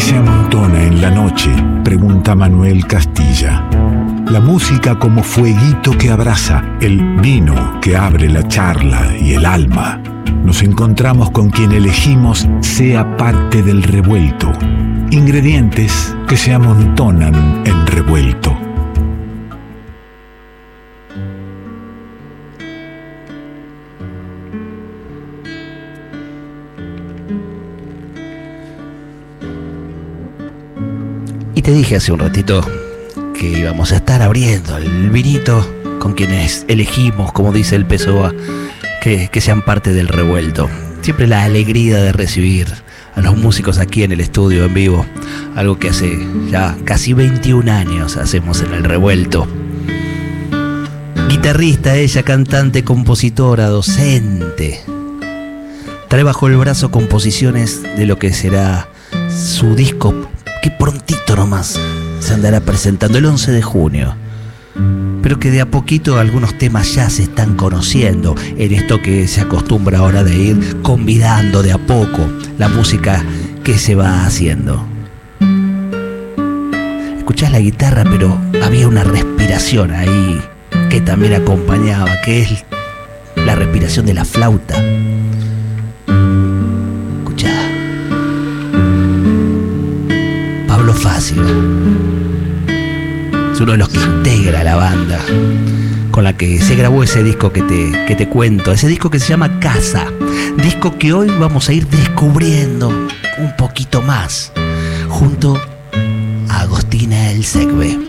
se amontona en la noche? Pregunta Manuel Castilla. La música como fueguito que abraza, el vino que abre la charla y el alma. Nos encontramos con quien elegimos sea parte del revuelto. Ingredientes que se amontonan en revuelto. Y te dije hace un ratito que íbamos a estar abriendo el vinito con quienes elegimos, como dice el PSOA, que sean parte del revuelto. Siempre la alegría de recibir a los músicos aquí en el estudio en vivo, algo que hace ya casi 21 años hacemos en el revuelto. Guitarrista ella, cantante, compositora, docente. Trae bajo el brazo composiciones de lo que será su disco, que prontito nomás se andará presentando el 11 de junio. Pero que de a poquito algunos temas ya se están conociendo en esto que se acostumbra ahora de ir convidando de a poco la música que se va haciendo. Escuchás la guitarra, pero había una respiración ahí que también acompañaba, que es la respiración de la flauta. Escuchá. Pablo Fácil es uno de los que integra la banda con la que se grabó ese disco que te cuento, ese disco que se llama Casa, disco que hoy vamos a ir descubriendo un poquito más junto a Agostina El Segbe.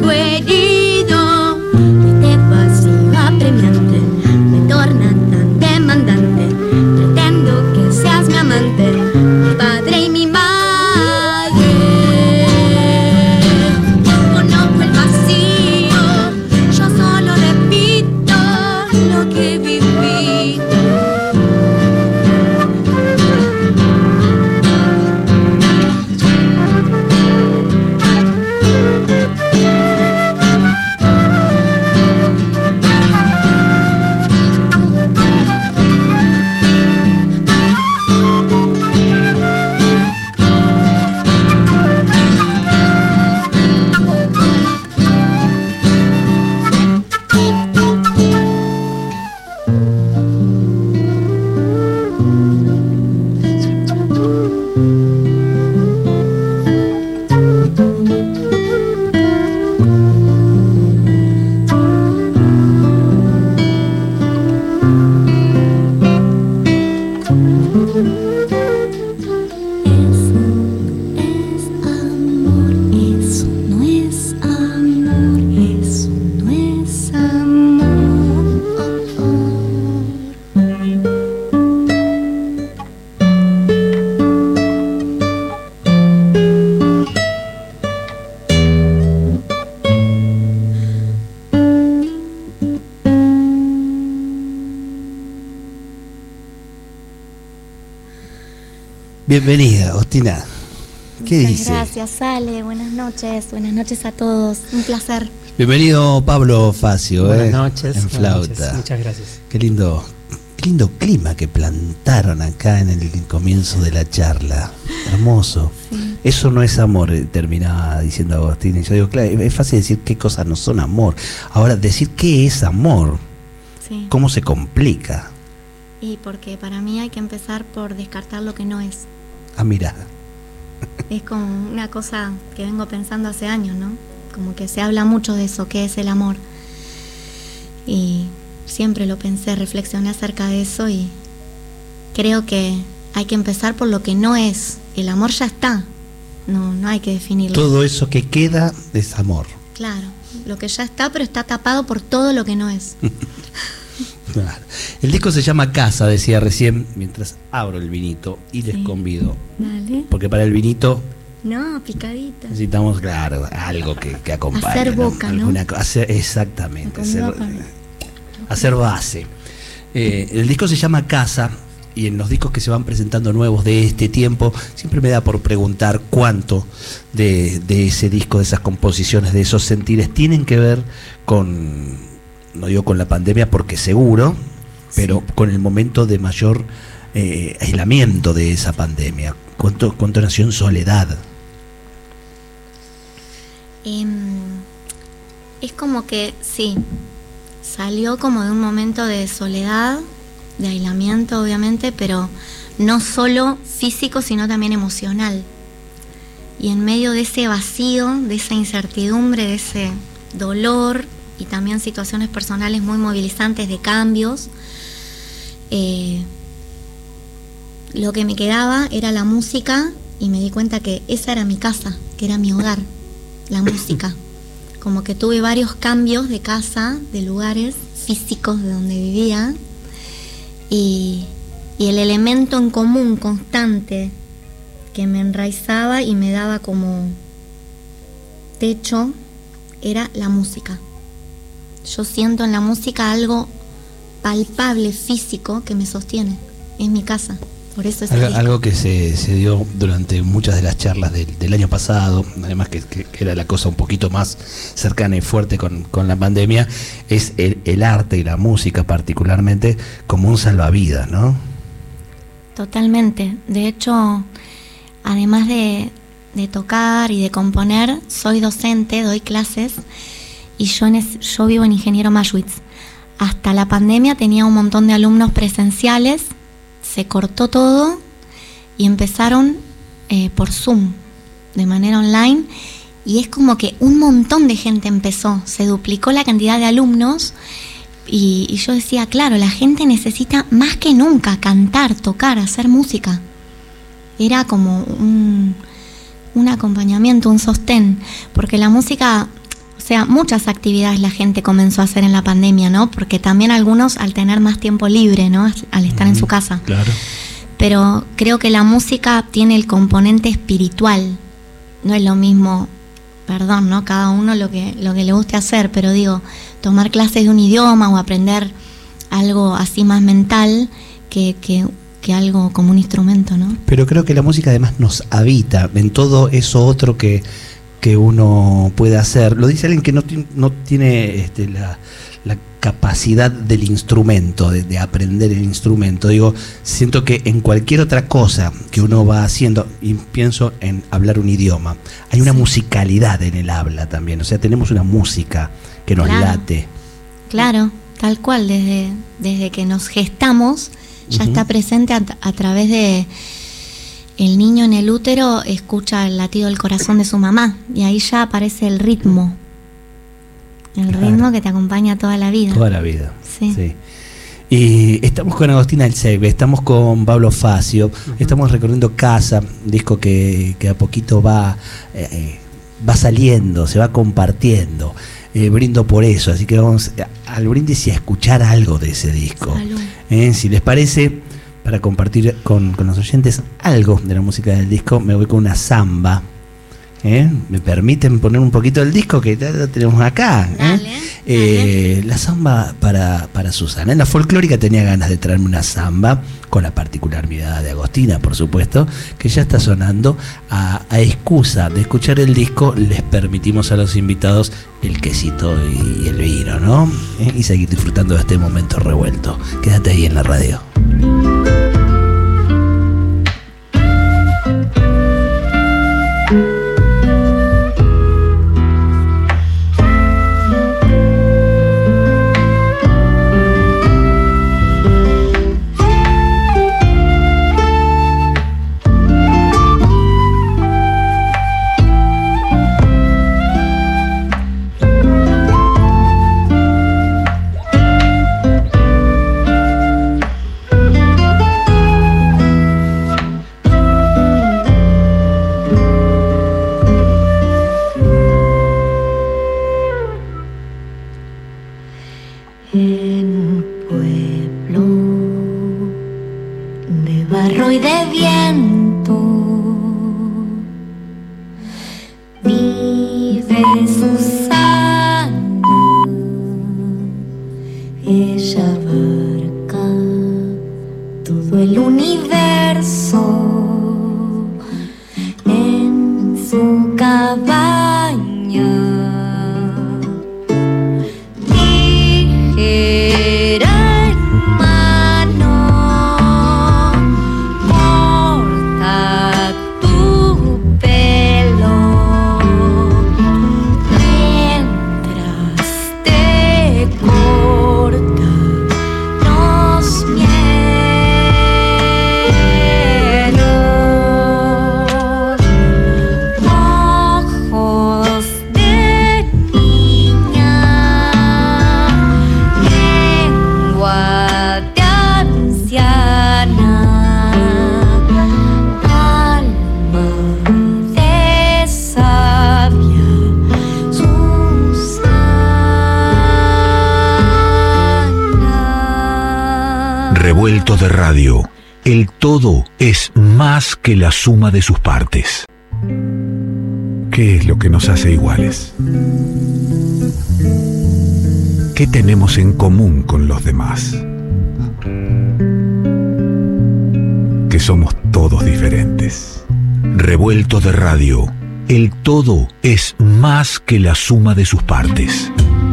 Me tornan tan Bienvenida, Agostina. ¿Qué Muchas dice? Gracias, Ale. Buenas noches a todos. Un placer. Bienvenido, Pablo Facio. Buenas noches. En flauta. Noches. Muchas gracias. Qué lindo clima que plantaron acá en el comienzo de la charla. Hermoso. Sí. Eso no es amor, terminaba diciendo Agostina. Y yo digo, claro, es fácil decir qué cosas no son amor. Ahora, decir qué es amor, Sí. cómo se complica. Y porque para mí hay que empezar por descartar lo que no es. Ah, mirá. Es como una cosa que vengo pensando hace años, ¿no? Como que se habla mucho de eso, qué es el amor. Y siempre lo pensé, reflexioné acerca de eso y creo que hay que empezar por lo que no es. El amor ya está, no hay que definirlo. Todo eso que queda es amor. Claro, lo que ya está, pero está tapado por todo lo que no es. Claro. El disco se llama Casa, decía recién, mientras abro el vinito y les convido. Dale. Porque para el vinito No, picadita. necesitamos, claro, algo que acompañe. Hacer boca, ¿no? Exactamente, Con boca. hacer base. El disco se llama Casa y en los discos que se van presentando nuevos de este tiempo, siempre me da por preguntar cuánto de ese disco, de esas composiciones, de esos sentires, tienen que ver con, no digo con la pandemia porque seguro, pero con el momento de mayor aislamiento de esa pandemia. ¿Cuánto nació en soledad? Es como que, sí, salió como de un momento de soledad, de aislamiento obviamente, pero no solo físico, sino también emocional. Y en medio de ese vacío, de esa incertidumbre, de ese dolor y también situaciones personales muy movilizantes de cambios, lo que me quedaba era la música y me di cuenta que esa era mi casa, que era mi hogar, la música. Como que tuve varios cambios de casa, de lugares físicos de donde vivía y el elemento en común constante que me enraizaba y me daba como techo era la música. Yo siento en la música algo palpable, físico, que me sostiene. Es mi casa. Por eso es algo que se dio durante muchas de las charlas del año pasado, además que era la cosa un poquito más cercana y fuerte con la pandemia, es el arte y la música particularmente como un salvavidas, ¿no? Totalmente. De hecho, además de tocar y de componer, soy docente, doy clases y yo vivo en Ingeniero Maschwitz. Hasta la pandemia tenía un montón de alumnos presenciales. Se cortó todo y empezaron por Zoom, de manera online, y es como que un montón de gente empezó, se duplicó la cantidad de alumnos y yo decía, claro, la gente necesita más que nunca cantar, tocar, hacer música. Era como un acompañamiento, un sostén, porque la música, o sea, muchas actividades la gente comenzó a hacer en la pandemia, ¿no? Porque también algunos al tener más tiempo libre, ¿no? Al estar en su casa. Claro. Pero creo que la música tiene el componente espiritual. No es lo mismo, perdón, ¿no? Cada uno lo que le guste hacer, pero digo, tomar clases de un idioma o aprender algo así más mental que algo como un instrumento, ¿no? Pero creo que la música además nos habita en todo eso otro que uno puede hacer. Lo dice alguien que no tiene la capacidad del instrumento, de aprender el instrumento. Digo, siento que en cualquier otra cosa que uno va haciendo, y pienso en hablar un idioma, hay una musicalidad en el habla también. O sea, tenemos una música que nos late. Claro, tal cual, desde que nos gestamos ya está presente a través de el niño en el útero, escucha el latido del corazón de su mamá y ahí ya aparece el ritmo. El ritmo que te acompaña toda la vida. Toda la vida. Sí. Y estamos con Agostina Elsevier, estamos con Pablo Facio, estamos recorriendo Casa, un disco que a poquito va saliendo, se va compartiendo. Brindo por eso, así que vamos al brindis y a escuchar algo de ese disco. Si les parece, para compartir con los oyentes algo de la música del disco, me voy con una samba ¿Me permiten poner un poquito del disco que ya lo tenemos acá? Dale. La samba para Susana. En la folclórica tenía ganas de traerme una samba con la particular mirada de Agostina, por supuesto, que ya está sonando. A excusa de escuchar el disco, les permitimos a los invitados el quesito y el vino, ¿no? Y seguir disfrutando de este momento revuelto. Quédate ahí en la radio. Revuelto de radio. El todo es más que la suma de sus partes. ¿Qué es lo que nos hace iguales? ¿Qué tenemos en común con los demás? Que somos todos diferentes. Revuelto de radio. El todo es más que la suma de sus partes.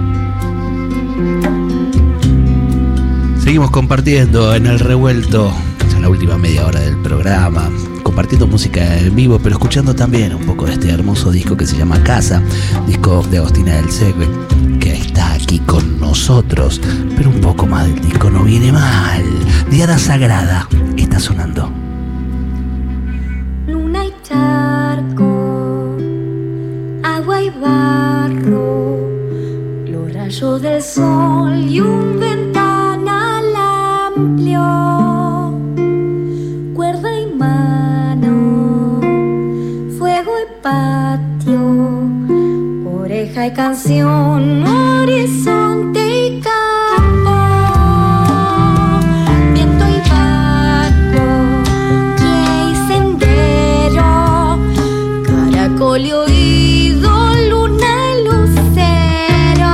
Seguimos compartiendo en el revuelto, en la última media hora del programa, compartiendo música en vivo, pero escuchando también un poco de este hermoso disco que se llama Casa, disco de Agostina del Segre, que está aquí con nosotros, pero un poco más del disco no viene mal. Diada Sagrada está sonando. Luna y charco, agua y barro, los rayos del sol y un ventanal amplio, cuerda y mano, fuego y patio, oreja y canción, horizonte y campo, viento y barco, pie y sendero, caracol y oído, luna y lucero,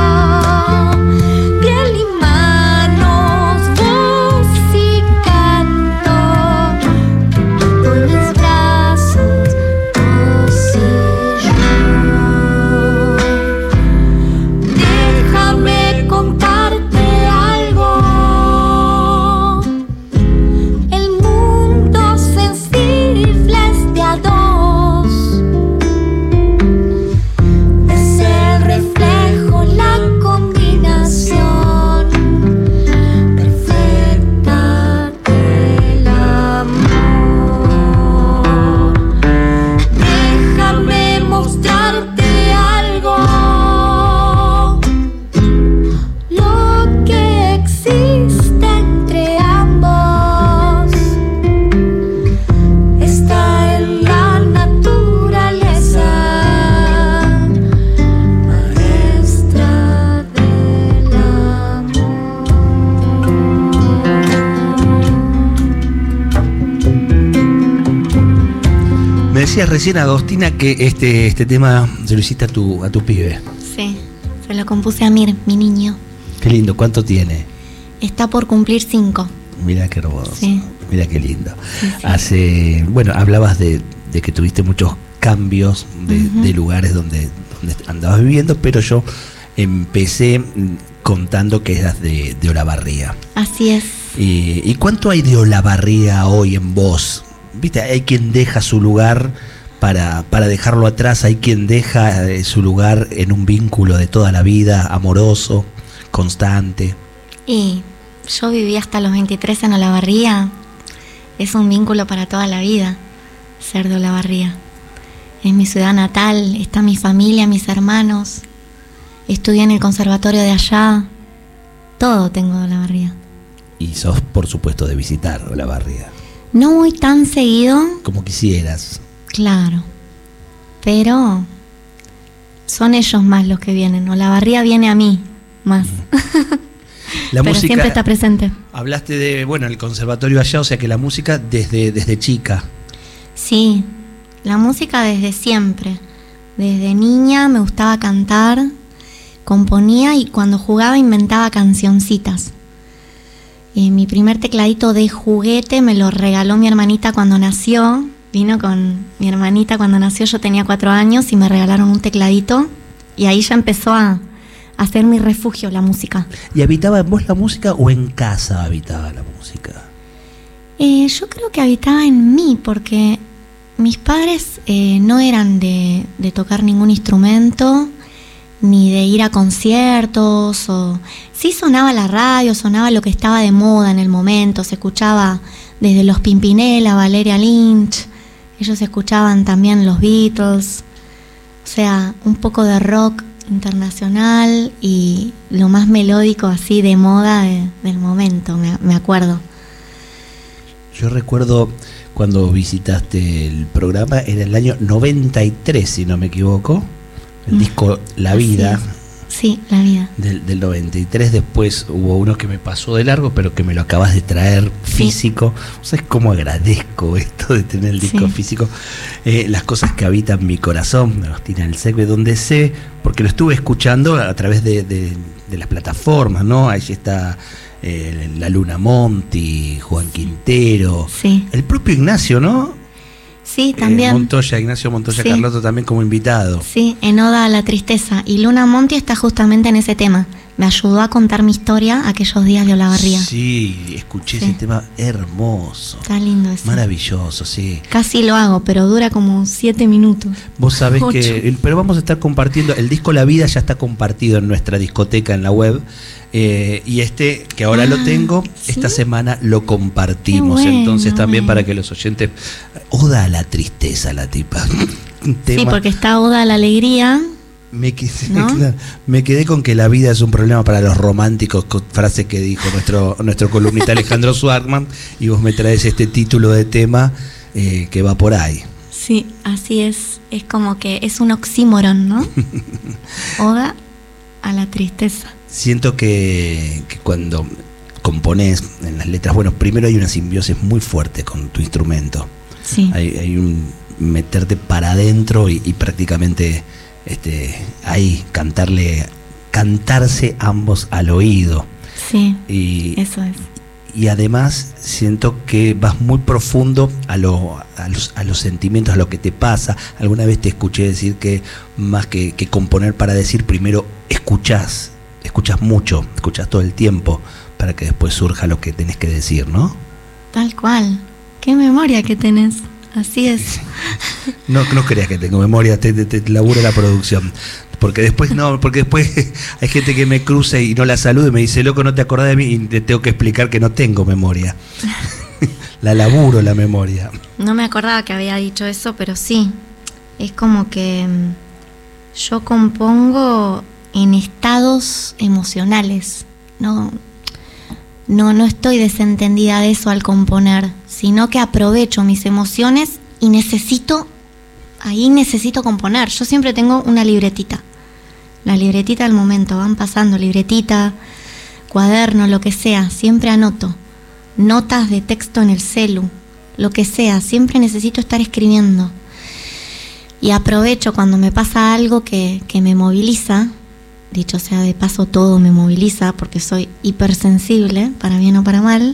piel y manos, voz y canto, con mis brazos, vos y yo. Deja decías recién, Agostina, que este tema se lo hiciste a tu pibe. Sí, se lo compuse a Mir, mi niño. Qué lindo, ¿cuánto tiene? Está por cumplir 5. Mirá qué hermoso, Sí. mirá qué lindo. Sí. Hablabas de que tuviste muchos cambios de lugares donde andabas viviendo, pero yo empecé contando que eras de Olavarría. Así es. ¿Y cuánto hay de Olavarría hoy en vos? ¿Viste? Hay quien deja su lugar para dejarlo atrás, hay quien deja su lugar en un vínculo de toda la vida, amoroso, constante. Y yo viví hasta los 23 en Olavarría. Es un vínculo para toda la vida, ser de Olavarría. Es mi ciudad natal, está mi familia, mis hermanos. Estudié en el conservatorio de allá. Todo tengo de Olavarría. Y sos, por supuesto, de visitar Olavarría. No voy tan seguido, Como quisieras. claro, pero son ellos más los que vienen. Olavarría viene a mí más. La Pero música, siempre está presente. hablaste de, el conservatorio allá, o sea que la música desde chica. Sí, la música desde siempre. Desde niña me gustaba cantar, componía y cuando jugaba inventaba cancioncitas. Mi primer tecladito de juguete me lo regaló mi hermanita cuando nació. Vino con mi hermanita cuando nació, yo tenía 4 años y me regalaron un tecladito. Y ahí ya empezó a ser mi refugio la música. ¿Y habitaba en vos la música o en casa habitaba la música? Yo creo que habitaba en mí porque mis padres no eran de tocar ningún instrumento, ni de ir a conciertos. Sí sonaba la radio, sonaba lo que estaba de moda en el momento, se escuchaba desde los Pimpinela, Valeria Lynch, ellos escuchaban también los Beatles, o sea, un poco de rock internacional y lo más melódico así de moda del momento, me acuerdo. Yo recuerdo cuando visitaste el programa, era el año 93, si no me equivoco, el disco La Vida. Sí, La Vida. Del 93, después hubo uno que me pasó de largo, pero que me lo acabas de traer físico. ¿Sabes cómo agradezco esto de tener el disco físico? Las cosas que habitan mi corazón, Agostina del Segbe, donde sé, porque lo estuve escuchando a través de las plataformas, ¿no? Ahí está la Luna Monti, Juan Quintero, el propio Ignacio, ¿no? Sí, también. Ignacio Montoya Carlotto también como invitado. Sí, en Oda a la Tristeza. Y Luna Monti está justamente en ese tema. Me ayudó a contar mi historia aquellos días de Olavarría. Sí, escuché ese tema hermoso. Está lindo ese. Maravilloso, sí. Casi lo hago, pero dura como 7 minutos. Vos sabés 8. pero vamos a estar compartiendo, el disco La Vida ya está compartido en nuestra discoteca en la web. Y que ahora lo tengo, esta semana lo compartimos. Bueno, entonces también para que los oyentes... Oda a la tristeza, la tipa. Sí, porque está Oda a la alegría. Me quedé con que la vida es un problema para los románticos, frase que dijo nuestro columnista Alejandro Swartman, y vos me traes este título de tema que va por ahí. Sí, así es. Es como que es un oxímoron, ¿no? Oda a la tristeza. Siento que cuando componés en las letras, primero hay una simbiosis muy fuerte con tu instrumento. Sí. Hay un meterte para adentro y prácticamente ahí cantarse ambos al oído. Sí, eso es. Y además siento que vas muy profundo a los sentimientos, a lo que te pasa. Alguna vez te escuché decir que más que componer para decir, primero escuchás mucho, escuchás todo el tiempo para que después surja lo que tenés que decir, ¿no? Tal cual. Qué memoria que tenés. Así es. No creas que tengo memoria, te laburo la producción. Porque después hay gente que me cruza y no la saludo y me dice, loco, no te acordás de mí, y te tengo que explicar que no tengo memoria. La laburo la memoria. No me acordaba que había dicho eso, pero sí. Es como que yo compongo en estados emocionales. No estoy desentendida de eso al componer, sino que aprovecho mis emociones y necesito componer. Yo siempre tengo una libretita. La libretita del momento, van pasando libretita, cuaderno, lo que sea, siempre anoto. Notas de texto en el celu, lo que sea, siempre necesito estar escribiendo. Y aprovecho cuando me pasa algo que me moviliza, dicho sea de paso, todo me moviliza porque soy hipersensible, para bien o para mal.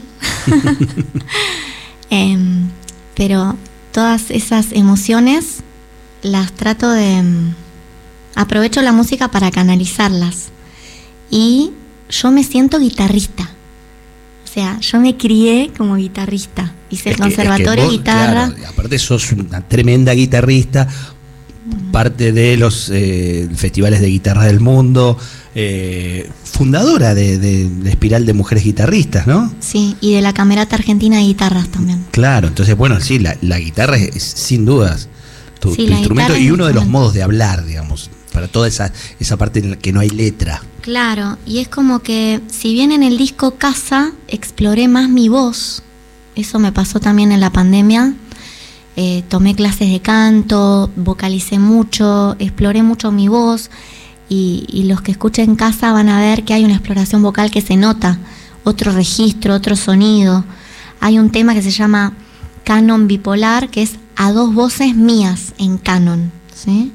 Pero todas esas emociones las trato de... aprovecho la música para canalizarlas. Y yo me siento guitarrista. O sea, yo me crié como guitarrista. Hice el conservatorio de guitarra. Claro, aparte sos una tremenda guitarrista, parte de los festivales de guitarra del mundo, fundadora de la Espiral de Mujeres Guitarristas, ¿no? Sí, y de la Camerata Argentina de Guitarras también. Claro, entonces, bueno, sí, la guitarra es sin dudas tu instrumento y uno de los modos de hablar, digamos, para toda esa parte en la que no hay letra. Claro, y es como que si bien en el disco Casa exploré más mi voz, eso me pasó también en la pandemia, tomé clases de canto, vocalicé mucho, exploré mucho mi voz y los que escuchen Casa van a ver que hay una exploración vocal que se nota, otro registro, otro sonido. Hay un tema que se llama Canon Bipolar, que es a 2 voces mías en canon, ¿sí?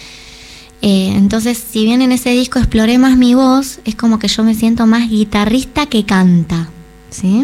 Entonces, si bien en ese disco exploré más mi voz, es como que yo me siento más guitarrista que canta, ¿sí?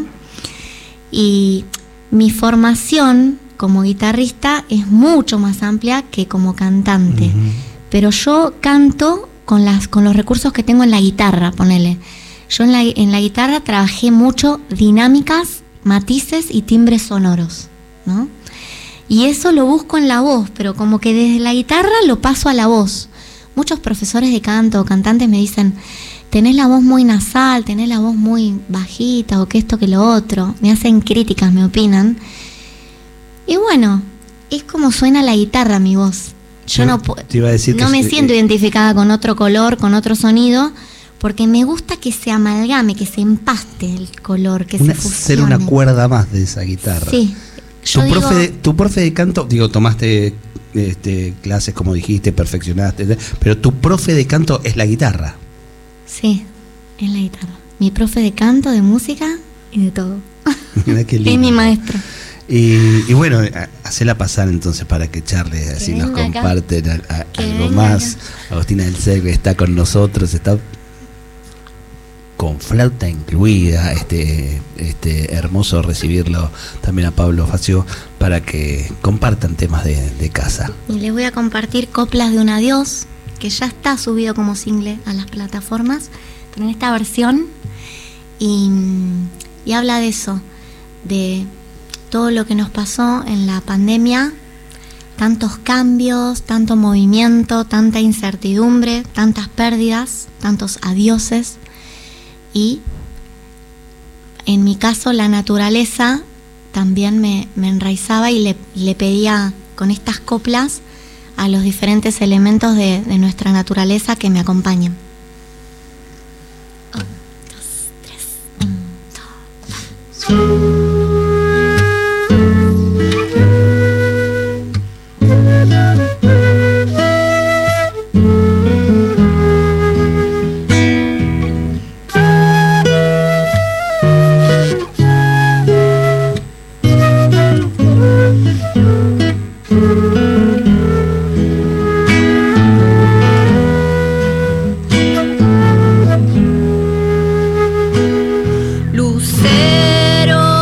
Y mi formación como guitarrista es mucho más amplia que como cantante. Pero yo canto con los recursos que tengo en la guitarra, ponele. Yo en la guitarra trabajé mucho dinámicas, matices y timbres sonoros, ¿no? Y eso lo busco en la voz, pero como que desde la guitarra lo paso a la voz. Muchos profesores de canto o cantantes me dicen, tenés la voz muy nasal, tenés la voz muy bajita, o que esto, que lo otro. Me hacen críticas, me opinan. Y bueno, es como suena la guitarra mi voz. Yo no me siento identificada con otro color, con otro sonido, porque me gusta que se amalgame, que se empaste el color, que se fusione. Ser una cuerda más de esa guitarra. Sí. Tu profe de canto, tomaste clases, como dijiste, perfeccionaste, pero tu profe de canto es la guitarra. Sí, es la guitarra. Mi profe de canto, de música y de todo. Mira qué lindo. Es mi maestro. Y bueno, hacela pasar entonces para que charle, así nos comparten algo más. Agostina del Segre está con nosotros, está con flauta incluida, hermoso recibirlo también a Pablo Facio para que compartan temas de casa. Y les voy a compartir Coplas de un Adiós, que ya está subido como single a las plataformas, pero en esta versión, y habla de eso, de todo lo que nos pasó en la pandemia, tantos cambios, tanto movimiento, tanta incertidumbre, tantas pérdidas, tantos adioses. Y en mi caso la naturaleza también me enraizaba y le pedía con estas coplas a los diferentes elementos de nuestra naturaleza que me acompañen. 1, 2, 3, 1, 2. Lucero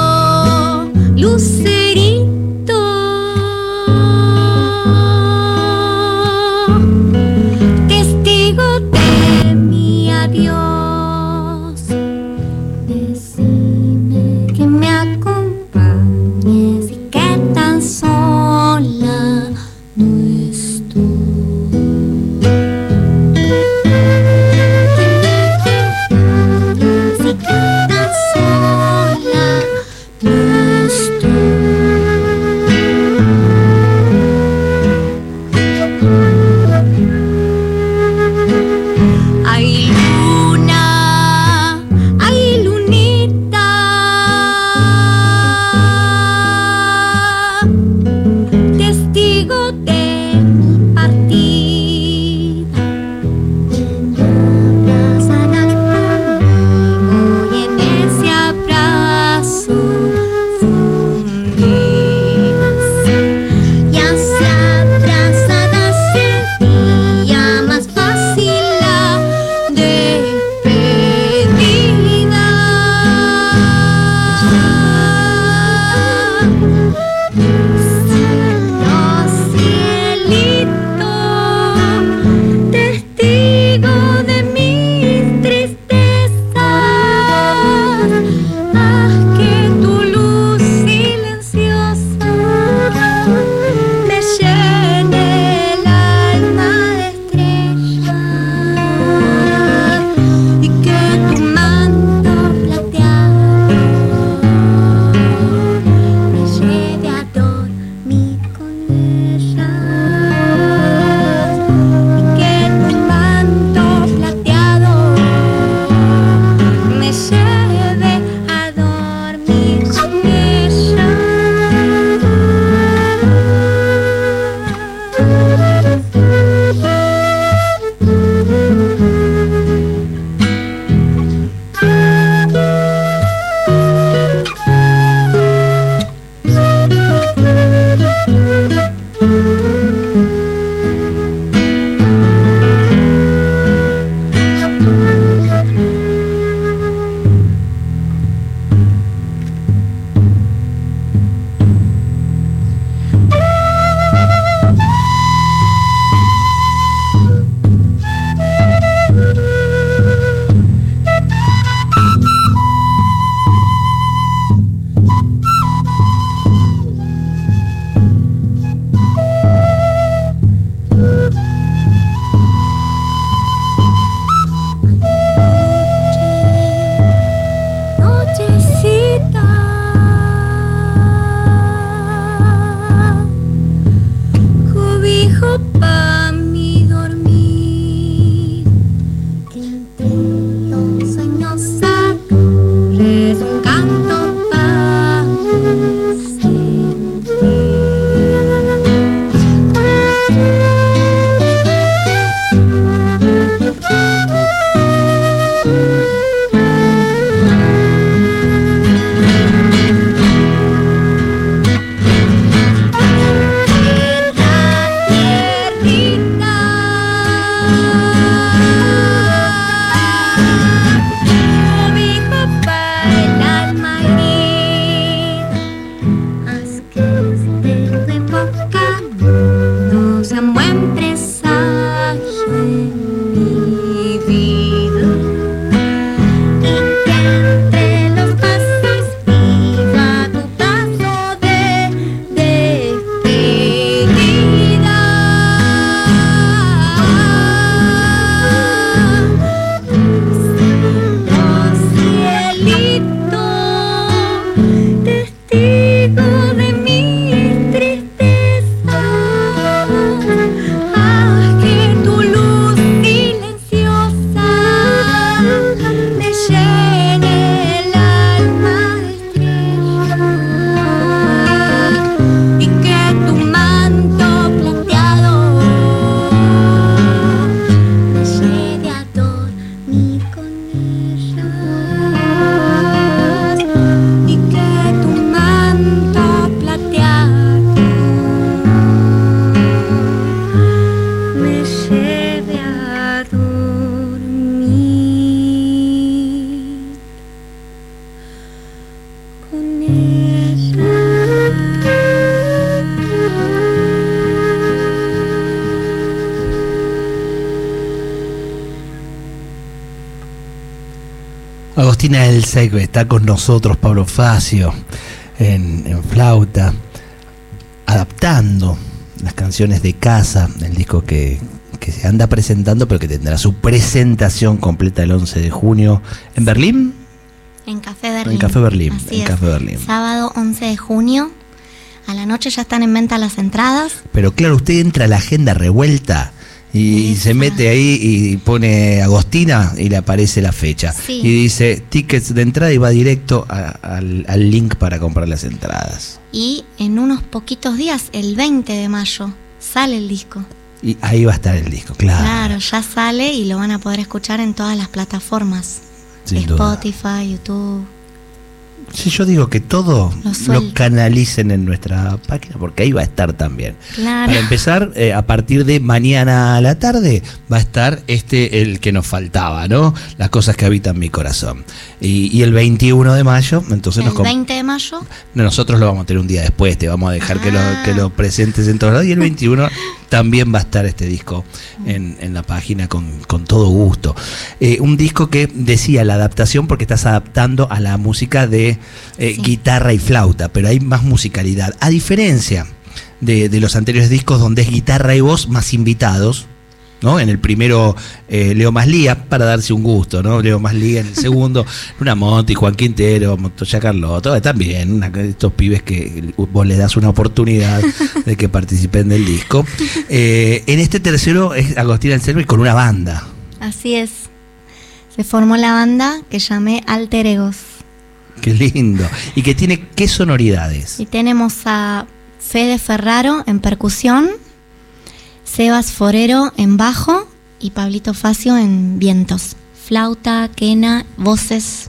Agostina Elsek, está con nosotros Pablo Facio en flauta, adaptando las canciones de casa, el disco que se anda presentando, pero que tendrá su presentación completa el 11 de junio en Berlín. En Café Berlín. En Café Berlín. Así en es. Café Berlín. Sábado 11 de junio. A la noche ya están en venta las entradas. Pero claro, usted entra a la agenda revuelta y Esa. se mete ahí y pone Agostina y le aparece la fecha. Sí. Y dice tickets de entrada y va directo al link para comprar las entradas. Y en unos poquitos días, el 20 de mayo, sale el disco. Y ahí va a estar el disco, claro. Claro, ya sale y lo van a poder escuchar en todas las plataformas. Sin duda. Spotify, YouTube. Sí, yo digo que todo Lo lo suelto. canalicen en nuestra página, porque ahí va a estar también. Claro. Para empezar, a partir de mañana a la tarde va a estar el que nos faltaba, ¿no? Las cosas que habitan mi corazón. Y el 21 de mayo, entonces El 20 de mayo, nosotros lo vamos a tener un día después, te vamos a dejar que lo presentes en todos lados. Y el 21 también va a estar este disco en la página con todo gusto. Un disco que decía la adaptación, porque estás adaptando a la música de Sí. guitarra y flauta, pero hay más musicalidad. A diferencia de los anteriores discos donde es guitarra y voz más invitados, ¿no? En el primero Leo Maslía, para darse un gusto, ¿no? Leo Maslía, en el segundo Luna Monti, Juan Quintero, Montoya Carlotto, también estos pibes que vos les das una oportunidad de que participen del disco. En este tercero es Agostina Elsek con una banda. así es. Se formó la banda que llamé Alter Egos. Qué lindo. ¿Y que tiene qué sonoridades? Y tenemos a Fede Ferraro en percusión, Sebas Forero en bajo y Pablito Facio en vientos. Flauta, quena, voces.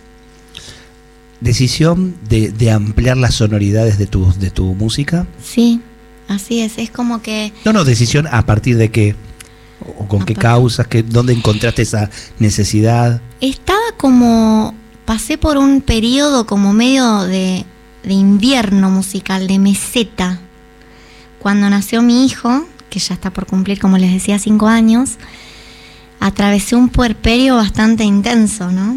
¿Decisión de ampliar las sonoridades de tu música? Sí, así es. Es como que No, decisión a partir de qué, o con qué causas, dónde encontraste esa necesidad. estaba como... Pasé por un periodo como medio de invierno musical, de meseta. Cuando nació mi hijo, que ya está por cumplir, como les decía, 5 años, atravesé un puerperio bastante intenso, ¿no?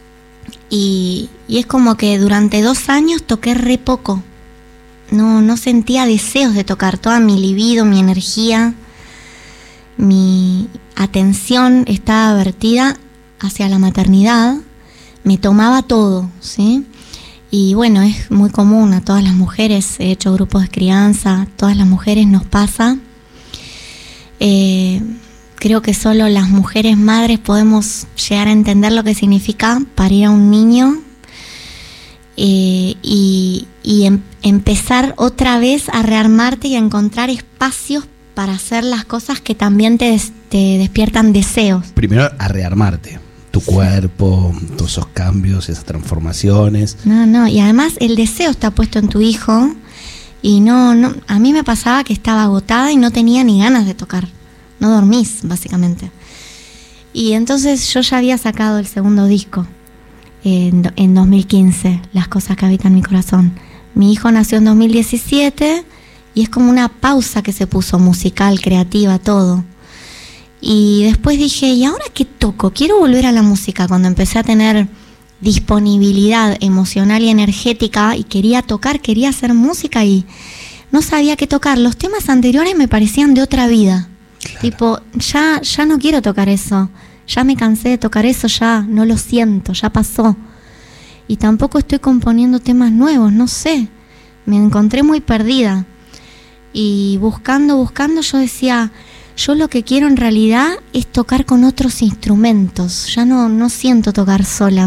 Y es como que durante 2 años toqué re poco. No sentía deseos de tocar. Toda mi libido, mi energía, mi atención estaba vertida hacia la maternidad. Me tomaba todo, ¿sí? Y bueno, es muy común a todas las mujeres, he hecho grupos de crianza, a todas las mujeres nos pasa. Creo que solo las mujeres madres podemos llegar a entender lo que significa parir a un niño y empezar otra vez a rearmarte y a encontrar espacios para hacer las cosas que también te despiertan deseos. Primero, a rearmarte. Tu cuerpo, todos esos cambios, esas transformaciones. No, y además el deseo está puesto en tu hijo y no, a mí me pasaba que estaba agotada y no tenía ni ganas de tocar, no dormís básicamente. Y entonces yo ya había sacado el segundo disco en 2015, Las cosas que habitan mi corazón. Mi hijo nació en 2017 y es como una pausa que se puso musical, creativa, todo. Y después dije, ¿y ahora qué toco? Quiero volver a la música. Cuando empecé a tener disponibilidad emocional y energética y quería tocar, quería hacer música y no sabía qué tocar. Los temas anteriores me parecían de otra vida. Claro. Tipo, ya no quiero tocar eso. Ya me cansé de tocar eso, ya no lo siento, ya pasó. Y tampoco estoy componiendo temas nuevos, no sé. Me encontré muy perdida. Y buscando, yo decía... Yo lo que quiero en realidad es tocar con otros instrumentos. Ya no siento tocar sola.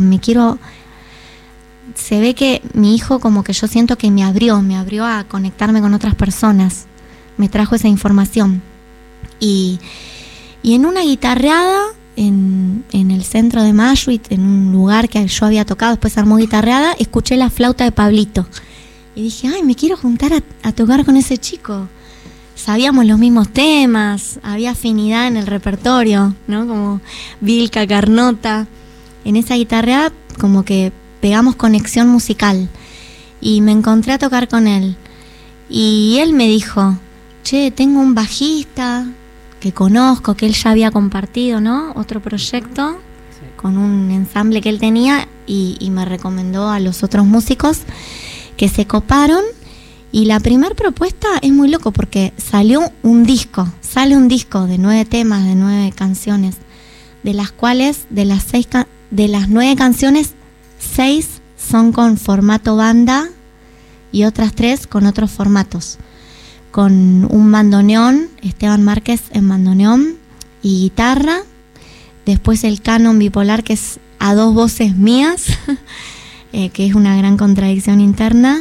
Se ve que mi hijo como que yo siento que me abrió a conectarme con otras personas. Me trajo esa información. Y en una guitarreada en el centro de Mayuit, en un lugar que yo había tocado, después armó guitarreada, escuché la flauta de Pablito. Y dije, ay, me quiero juntar a tocar con ese chico. Sabíamos los mismos temas, había afinidad en el repertorio, ¿no? Como Vilca, Carnota. En esa guitarra como que pegamos conexión musical. Y me encontré a tocar con él. Y él me dijo, che, tengo un bajista que conozco, que él ya había compartido, ¿no? Otro proyecto con un ensamble que él tenía. y me recomendó a los otros músicos que se coparon. Y la primera propuesta es muy loco porque sale un disco de 9 temas, de 9 canciones, de las cuales de las 9 canciones, 6 son con formato banda y otras 3 con otros formatos, con un bandoneón, Esteban Márquez en bandoneón y guitarra, después el canon bipolar, que es a 2 voces mías, que es una gran contradicción interna,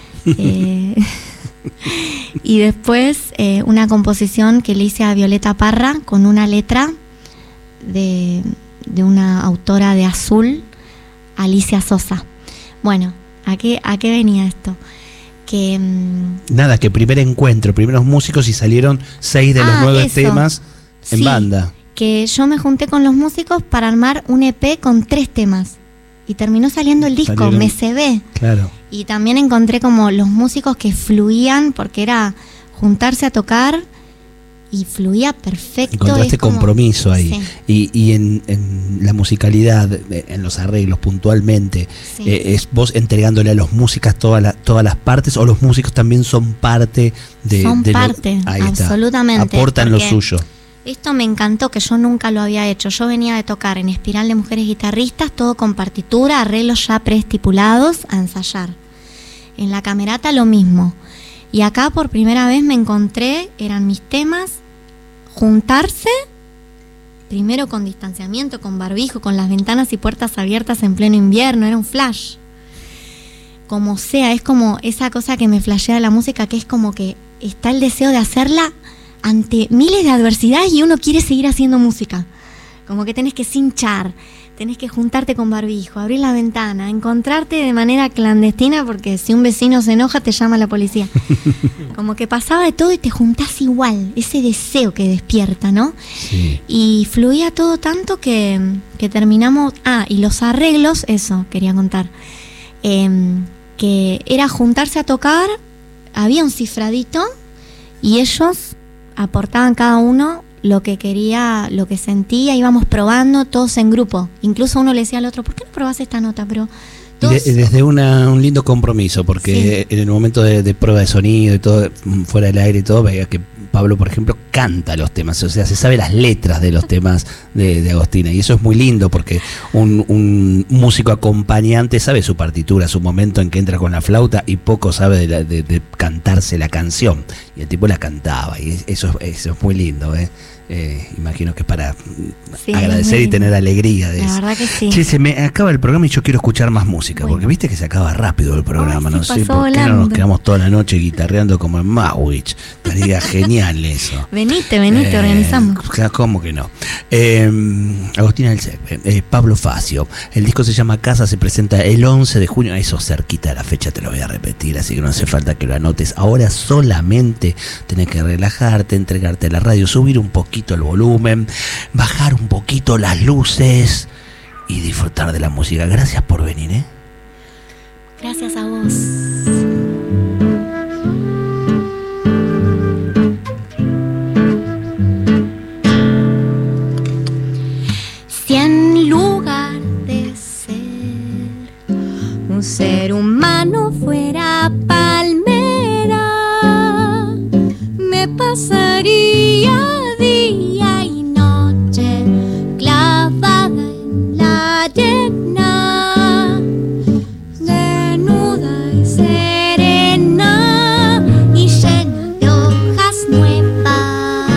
y después una composición que le hice a Violeta Parra con una letra de una autora de Azul, Alicia Sosa. Bueno, ¿a qué venía esto? Que nada, que primer encuentro, primeros músicos y salieron 6 de los 9 temas en banda. Que yo me junté con los músicos para armar un EP con 3 temas y terminó saliendo el disco, me cebé. Claro. Y también encontré como los músicos que fluían, porque era juntarse a tocar y fluía perfecto. Encontraste compromiso ahí. Sí. Y en la musicalidad, en los arreglos puntualmente, sí. ¿Es vos entregándole a los músicos todas las partes, o los músicos también son parte de parte, ahí absolutamente. Está. Aportan lo suyo. Esto me encantó, que yo nunca lo había hecho. Yo venía de tocar en Espiral de Mujeres Guitarristas, todo con partitura, arreglos ya preestipulados, a ensayar. En la camerata lo mismo. Y acá por primera vez me encontré, eran mis temas, juntarse, primero con distanciamiento, con barbijo, con las ventanas y puertas abiertas en pleno invierno, era un flash. Como sea, es como esa cosa que me flashea de la música, que es como que está el deseo de hacerla ante miles de adversidades y uno quiere seguir haciendo música. Como que tenés que cinchar, tenés que juntarte con barbijo, abrir la ventana, encontrarte de manera clandestina, porque si un vecino se enoja te llama la policía. Como que pasaba de todo y te juntás igual, ese deseo que despierta, ¿no? Sí. Y fluía todo tanto que terminamos... y los arreglos, eso quería contar, que era juntarse a tocar, había un cifradito y ellos aportaban cada uno lo que quería, lo que sentía, íbamos probando todos en grupo. Incluso uno le decía al otro, ¿por qué no probás esta nota? Pero todos... Desde un lindo compromiso, porque sí. En el momento de prueba de sonido y todo, fuera del aire y todo, veía que Pablo, por ejemplo, canta los temas, o sea, se sabe las letras de los temas de Agostina, y eso es muy lindo, porque un músico acompañante sabe su partitura, su momento en que entra con la flauta, y poco sabe de cantarse la canción, y el tipo la cantaba, y eso es muy lindo, imagino que es para agradecer y tener alegría de la eso. Verdad que sí. Che, se me acaba el programa y yo quiero escuchar más música, porque viste que se acaba rápido el programa. No sé por qué no nos quedamos toda la noche guitarreando como en Mawich. Estaría genial eso. Venite, organizamos. ¿Cómo que no? Agostina del Césped, Pablo Facio. El disco se llama Casa, se presenta el 11 de junio. Eso cerquita de la fecha te lo voy a repetir, así que no hace falta que lo anotes. Ahora solamente tenés que relajarte, entregarte a la radio, subir un poquito el volumen, bajar un poquito las luces y disfrutar de la música. Gracias por venir, Gracias a vos. Si en lugar de ser un ser humano fuera palmera, me pasaría día y noche clavada en la arena, desnuda y serena y llena de hojas nuevas.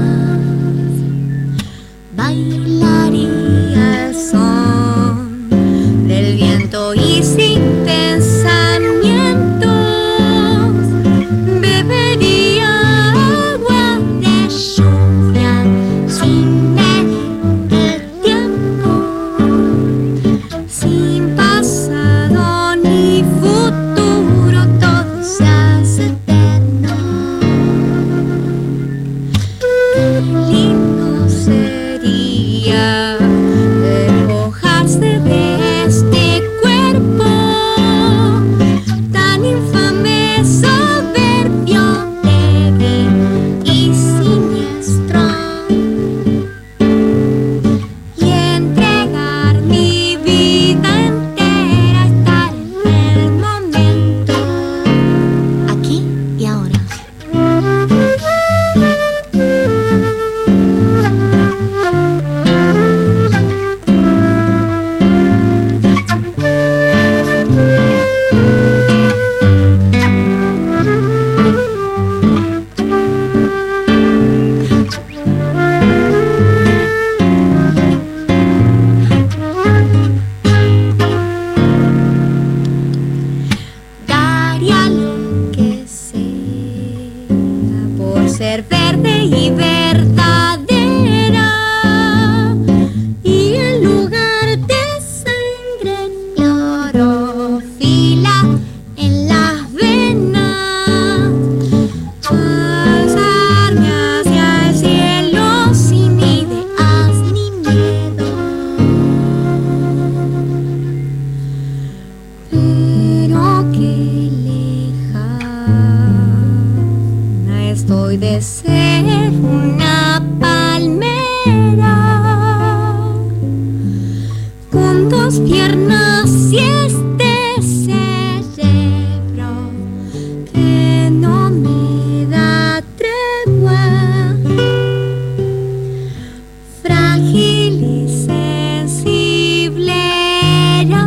Bailaría el son del viento y sin pensamientos bebería agua de lluvia de ser una palmera con dos piernas y este cerebro que no me da tregua, frágil y sensible era.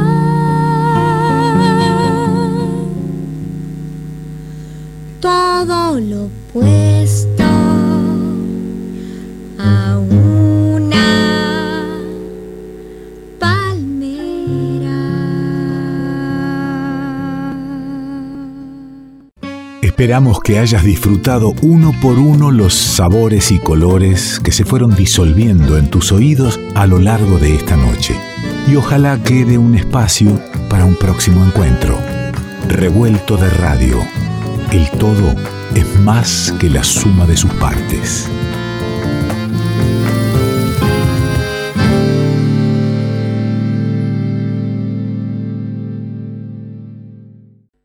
Todo lo opuesto a una palmera. Esperamos que hayas disfrutado uno por uno los sabores y colores que se fueron disolviendo en tus oídos a lo largo de esta noche. Y ojalá quede un espacio para un próximo encuentro. Revuelto de Radio. El todo es más que la suma de sus partes.